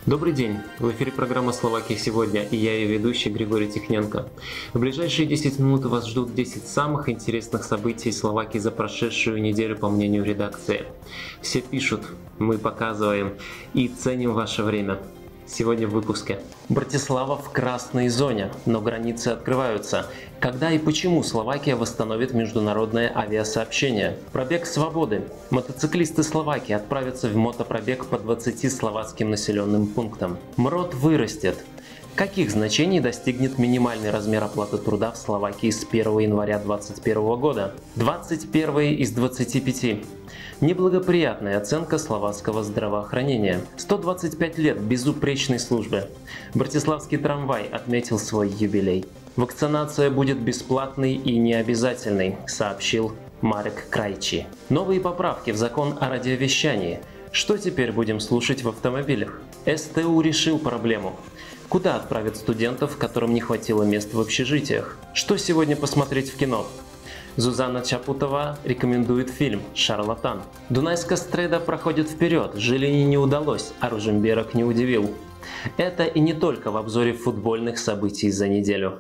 Добрый день! В эфире программа «Словакия сегодня» и я ее ведущий Григорий Тихненко. В ближайшие 10 минут вас ждут 10 самых интересных событий Словакии за прошедшую неделю, по мнению редакции. Все пишут, мы показываем и ценим ваше время. Сегодня в выпуске. Братислава в красной зоне, но границы открываются. Когда и почему Словакия восстановит международное авиасообщение? Пробег свободы. Мотоциклисты Словакии отправятся в мотопробег по 20 словацким населенным пунктам. МРОТ вырастет. Каких значений достигнет минимальный размер оплаты труда в Словакии с 1 января 2021 года? 21 из 25. Неблагоприятная оценка словацкого здравоохранения. 125 лет безупречной службы. Братиславский трамвай отметил свой юбилей. Вакцинация будет бесплатной и необязательной, сообщил Марек Крайчи. Новые поправки в закон о радиовещании. Что теперь будем слушать в автомобилях? СТУ решил проблему. Куда отправят студентов, которым не хватило мест в общежитиях? Что сегодня посмотреть в кино? Зузана Чапутова рекомендует фильм «Шарлатан». Дунайская стреда проходит вперед, Жилине не удалось, а Ружемберок не удивил. Это и не только в обзоре футбольных событий за неделю.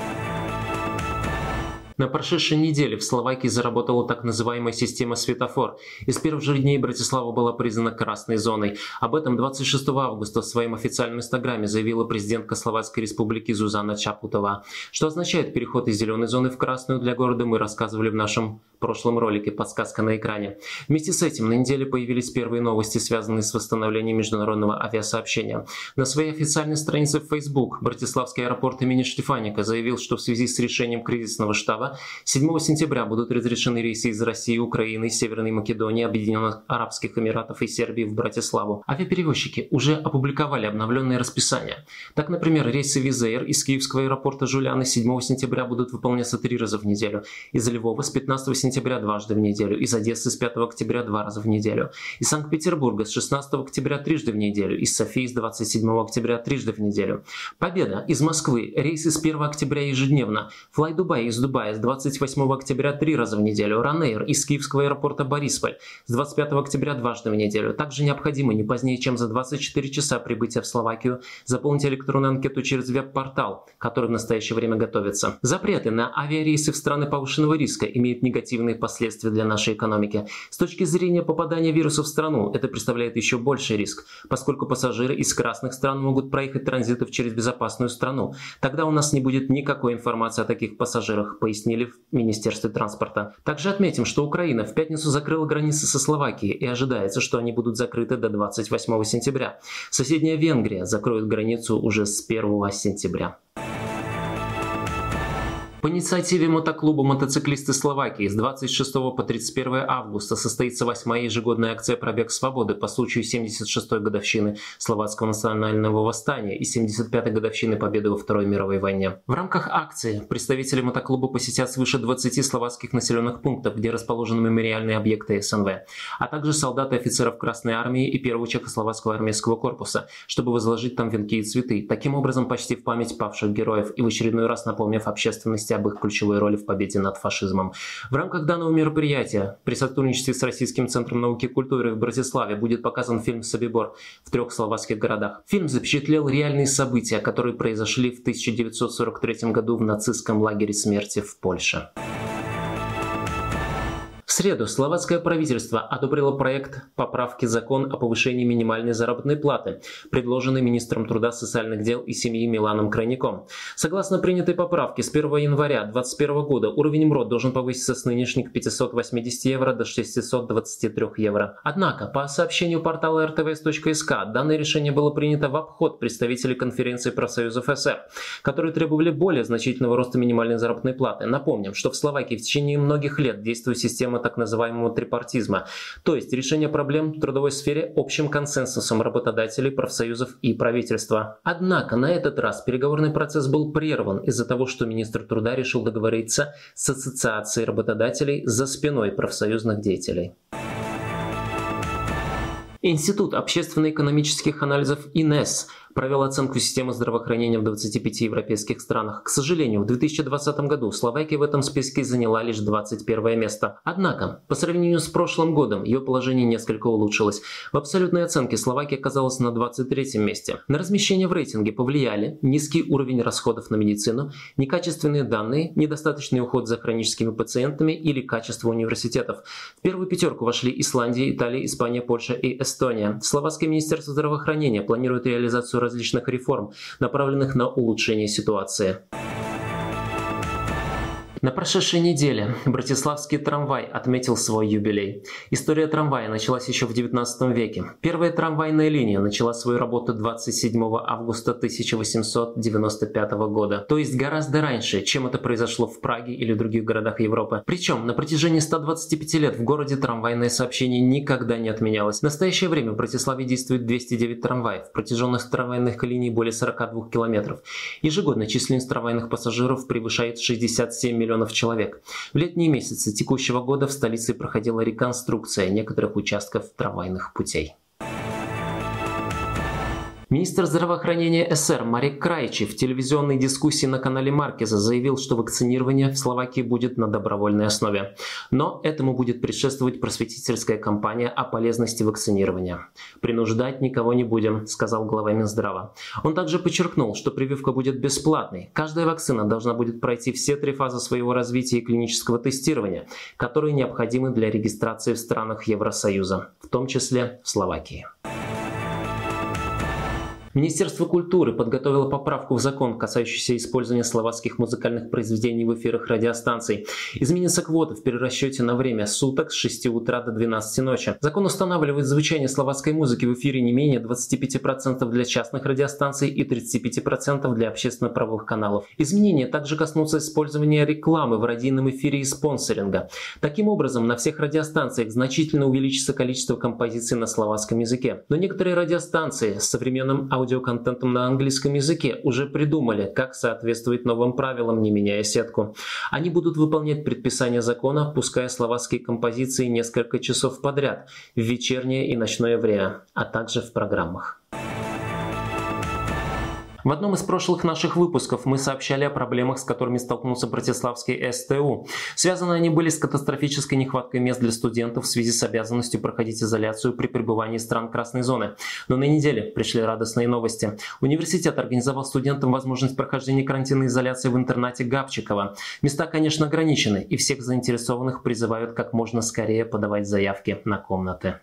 На прошедшей неделе в Словакии заработала так называемая система светофор. И с первых же дней Братислава была признана красной зоной. Об этом 26 августа в своем официальном инстаграме заявила президентка Словацкой республики Зузана Чапутова. Что означает переход из зеленой зоны в красную для города, мы рассказывали в нашем прошлом ролике «Подсказка на экране». Вместе с этим на неделе появились первые новости, связанные с восстановлением международного авиасообщения. На своей официальной странице в Facebook Братиславский аэропорт имени Штефаника заявил, что в связи с решением кризисного штаба 7 сентября будут разрешены рейсы из России, Украины, Северной Македонии, Объединенных Арабских Эмиратов и Сербии в Братиславу. Авиаперевозчики уже опубликовали обновленное расписание. Так, например, рейсы Wizz Air из Киевского аэропорта Жуляны 7 сентября будут выполняться 3 раза в неделю, из Львова с 15 сентября дважды в неделю, из Одессы с 5 октября 2 раза в неделю, из Санкт-Петербурга с 16 октября трижды в неделю, из Софии с 27 октября трижды в неделю. Победа из Москвы, рейсы с 1 октября ежедневно, Fly Dubai из Дубая с 28 октября 3 раза в неделю, Ryanair из Киевского аэропорта Борисполь с 25 октября дважды в неделю. Также необходимо не позднее, чем за 24 часа прибытия в Словакию заполнить электронную анкету через веб-портал, который в настоящее время готовится. Запреты на авиарейсы в страны повышенного риска имеют негативные последствия для нашей экономики. С точки зрения попадания вируса в страну, это представляет еще больший риск, поскольку пассажиры из красных стран могут проехать транзитов через безопасную страну. Тогда у нас не будет никакой информации о таких пассажирах, пояснили в Министерстве транспорта. Также отметим, что Украина в пятницу закрыла границы со Словакией и ожидается, что они будут закрыты до 28 сентября. Соседняя Венгрия закроет границу уже с 1 сентября. По инициативе мотоклуба «Мотоциклисты Словакии» с 26 по 31 августа состоится 8-я ежегодная акция «Пробег свободы» по случаю 76-й годовщины Словацкого национального восстания и 75-й годовщины победы во Второй мировой войне. В рамках акции представители мотоклуба посетят свыше 20 словацких населенных пунктов, где расположены мемориальные объекты СНВ, а также солдаты и офицеров Красной армии и Первого чехословацкого армейского корпуса, чтобы возложить там венки и цветы, таким образом почтив память павших героев и в очередной раз напомнив общественности об их ключевой роли в победе над фашизмом. В рамках данного мероприятия при сотрудничестве с Российским центром науки и культуры в Братиславе будет показан фильм «Собибор» в 3 словацких городах. Фильм запечатлел реальные события, которые произошли в 1943 году в нацистском лагере смерти в Польше. В среду словацкое правительство одобрило проект поправки закон о повышении минимальной заработной платы, предложенный министром труда, социальных дел и семьи Миланом Крайняком. Согласно принятой поправке, с 1 января 2021 года уровень МРОТ должен повыситься с нынешних 580 евро до 623 евро. Однако, по сообщению портала rtvs.sk, данное решение было принято в обход представителей конференции профсоюзов СССР, которые требовали более значительного роста минимальной заработной платы. Напомним, что в Словакии в течение многих лет действует система так называемого трипартизма, то есть решение проблем в трудовой сфере общим консенсусом работодателей, профсоюзов и правительства. Однако на этот раз переговорный процесс был прерван из-за того, что министр труда решил договориться с ассоциацией работодателей за спиной профсоюзных деятелей. Институт общественно-экономических анализов ИНЕС провел оценку системы здравоохранения в 25 европейских странах. К сожалению, в 2020 году Словакия в этом списке заняла лишь 21 место. Однако, по сравнению с прошлым годом, ее положение несколько улучшилось. В абсолютной оценке Словакия оказалась на 23 месте. На размещение в рейтинге повлияли низкий уровень расходов на медицину, некачественные данные, недостаточный уход за хроническими пациентами или качество университетов. В первую пятерку вошли Исландия, Италия, Испания, Польша и Эстония. Словацкое министерство здравоохранения планирует реализацию различных реформ, направленных на улучшение ситуации. На прошедшей неделе Братиславский трамвай отметил свой юбилей. История трамвая началась еще в 19 веке. Первая трамвайная линия начала свою работу 27 августа 1895 года, то есть гораздо раньше, чем это произошло в Праге или в других городах Европы. Причем на протяжении 125 лет в городе трамвайное сообщение никогда не отменялось. В настоящее время в Братиславе действует 209 трамваев, протяженность трамвайных линий более 42 километров. Ежегодно численность трамвайных пассажиров превышает 67 миллионов человек. В летние месяцы текущего года в столице проходила реконструкция некоторых участков трамвайных путей. Министр здравоохранения СССР Марек Крайчи в телевизионной дискуссии на канале Маркеза заявил, что вакцинирование в Словакии будет на добровольной основе. Но этому будет предшествовать просветительская кампания о полезности вакцинирования. «Принуждать никого не будем», — сказал глава Минздрава. Он также подчеркнул, что прививка будет бесплатной. Каждая вакцина должна будет пройти все 3 фазы своего развития и клинического тестирования, которые необходимы для регистрации в странах Евросоюза, в том числе в Словакии. Министерство культуры подготовило поправку в закон, касающийся использования словацких музыкальных произведений в эфирах радиостанций. Изменится квота в перерасчете на время суток с 6 утра до 12 ночи. Закон устанавливает звучание словацкой музыки в эфире не менее 25% для частных радиостанций и 35% для общественно-правовых каналов. Изменения также коснутся использования рекламы в радийном эфире и спонсоринга. Таким образом, на всех радиостанциях значительно увеличится количество композиций на словацком языке. Но некоторые радиостанции с современным аудиоконтентом на английском языке уже придумали, как соответствовать новым правилам, не меняя сетку. Они будут выполнять предписания закона, пуская словацкие композиции несколько часов подряд в вечернее и ночное время, а также в программах. В одном из прошлых наших выпусков мы сообщали о проблемах, с которыми столкнулся Братиславский СТУ. Связаны они были с катастрофической нехваткой мест для студентов в связи с обязанностью проходить изоляцию при пребывании стран красной зоны. Но на неделе пришли радостные новости. Университет организовал студентам возможность прохождения карантинной изоляции в интернате Габчикова. Места, конечно, ограничены, и всех заинтересованных призывают как можно скорее подавать заявки на комнаты.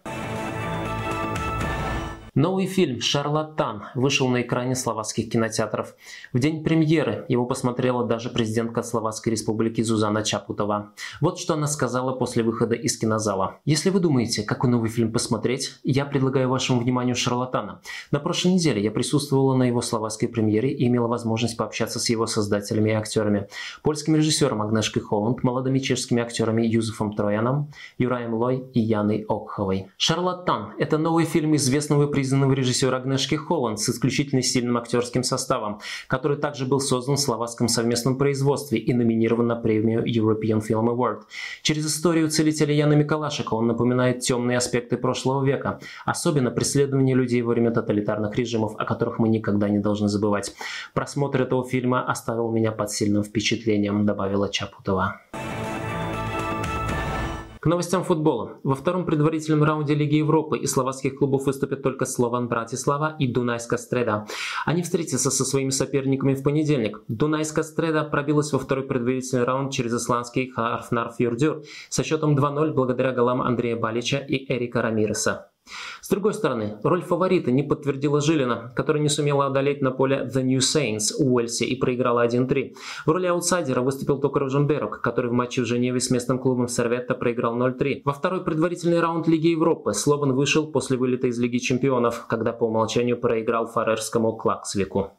Новый фильм «Шарлатан» вышел на экране словацких кинотеатров. В день премьеры его посмотрела даже президентка Словацкой Республики Зузана Чапутова. Вот что она сказала после выхода из кинозала. «Если вы думаете, какой новый фильм посмотреть, я предлагаю вашему вниманию «Шарлатана». На прошлой неделе я присутствовала на его словацкой премьере и имела возможность пообщаться с его создателями и актерами. Польским режиссером Агнешкой Холланд, молодыми чешскими актерами Юзефом Трояном, Юраем Лой и Яной Окховой. «Шарлатан» — это новый фильм известного признанного режиссера Агнешки Холланд с исключительно сильным актерским составом, который также был создан в словацком совместном производстве и номинирован на премию European Film Award. Через историю целителя Яна Миколашика он напоминает темные аспекты прошлого века, особенно преследование людей во время тоталитарных режимов, о которых мы никогда не должны забывать. Просмотр этого фильма оставил меня под сильным впечатлением, добавила Чапутова. К новостям футбола. Во втором предварительном раунде Лиги Европы из словацких клубов выступят только Слован Братислава и Дунайска Стреда. Они встретятся со своими соперниками в понедельник. Дунайска Стреда пробилась во второй предварительный раунд через исландский Харфнар Фьордюр со счетом 2-0 благодаря голам Андрея Балича и Эрика Рамиреса. С другой стороны, роль фаворита не подтвердила Жилина, которая не сумела одолеть на поле The New Saints у Уэльси и проиграла 1-3. В роли аутсайдера выступил только Роженберг, который в матче в Женеве с местным клубом Серветта проиграл 0-3. Во второй предварительный раунд Лиги Европы Слован вышел после вылета из Лиги Чемпионов, когда по умолчанию проиграл фарерскому Клаксвику.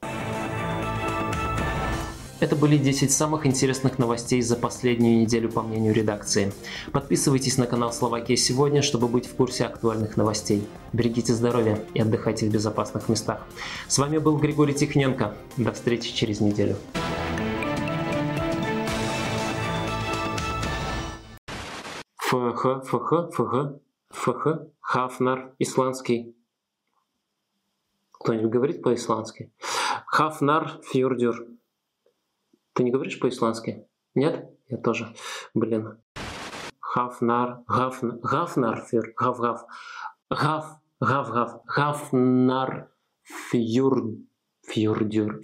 Это были 10 самых интересных новостей за последнюю неделю, по мнению редакции. Подписывайтесь на канал «Словакия сегодня», чтобы быть в курсе актуальных новостей. Берегите здоровье и отдыхайте в безопасных местах. С вами был Григорий Тихненко. До встречи через неделю. ФХ, Хафнар, исландский. Кто-нибудь говорит по-исландски? Хафнарфьордюр. Ты не говоришь по-исландски? Нет? Я тоже. Блин. Гафнарфьор. Гафнарфьордюр.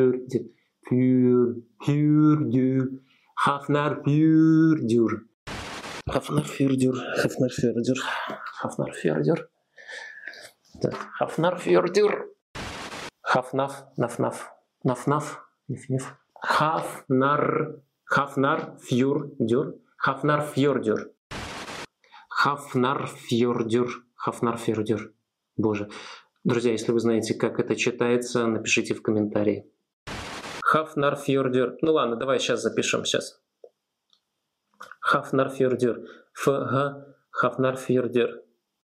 Хафнарфьордюр. Хафнарфьордюр. Хафнаф, нафнаф, нафнаф, ниф-ниф. Хафнарфьордюр. Хафнарфьордюр. Боже. Друзья, если вы знаете, как это читается, напишите в комментарии. Хафнарфьордюр. Ну ладно, давай сейчас запишем. Сейчас. Хафнарфьордюр. Хафнарфьордюр.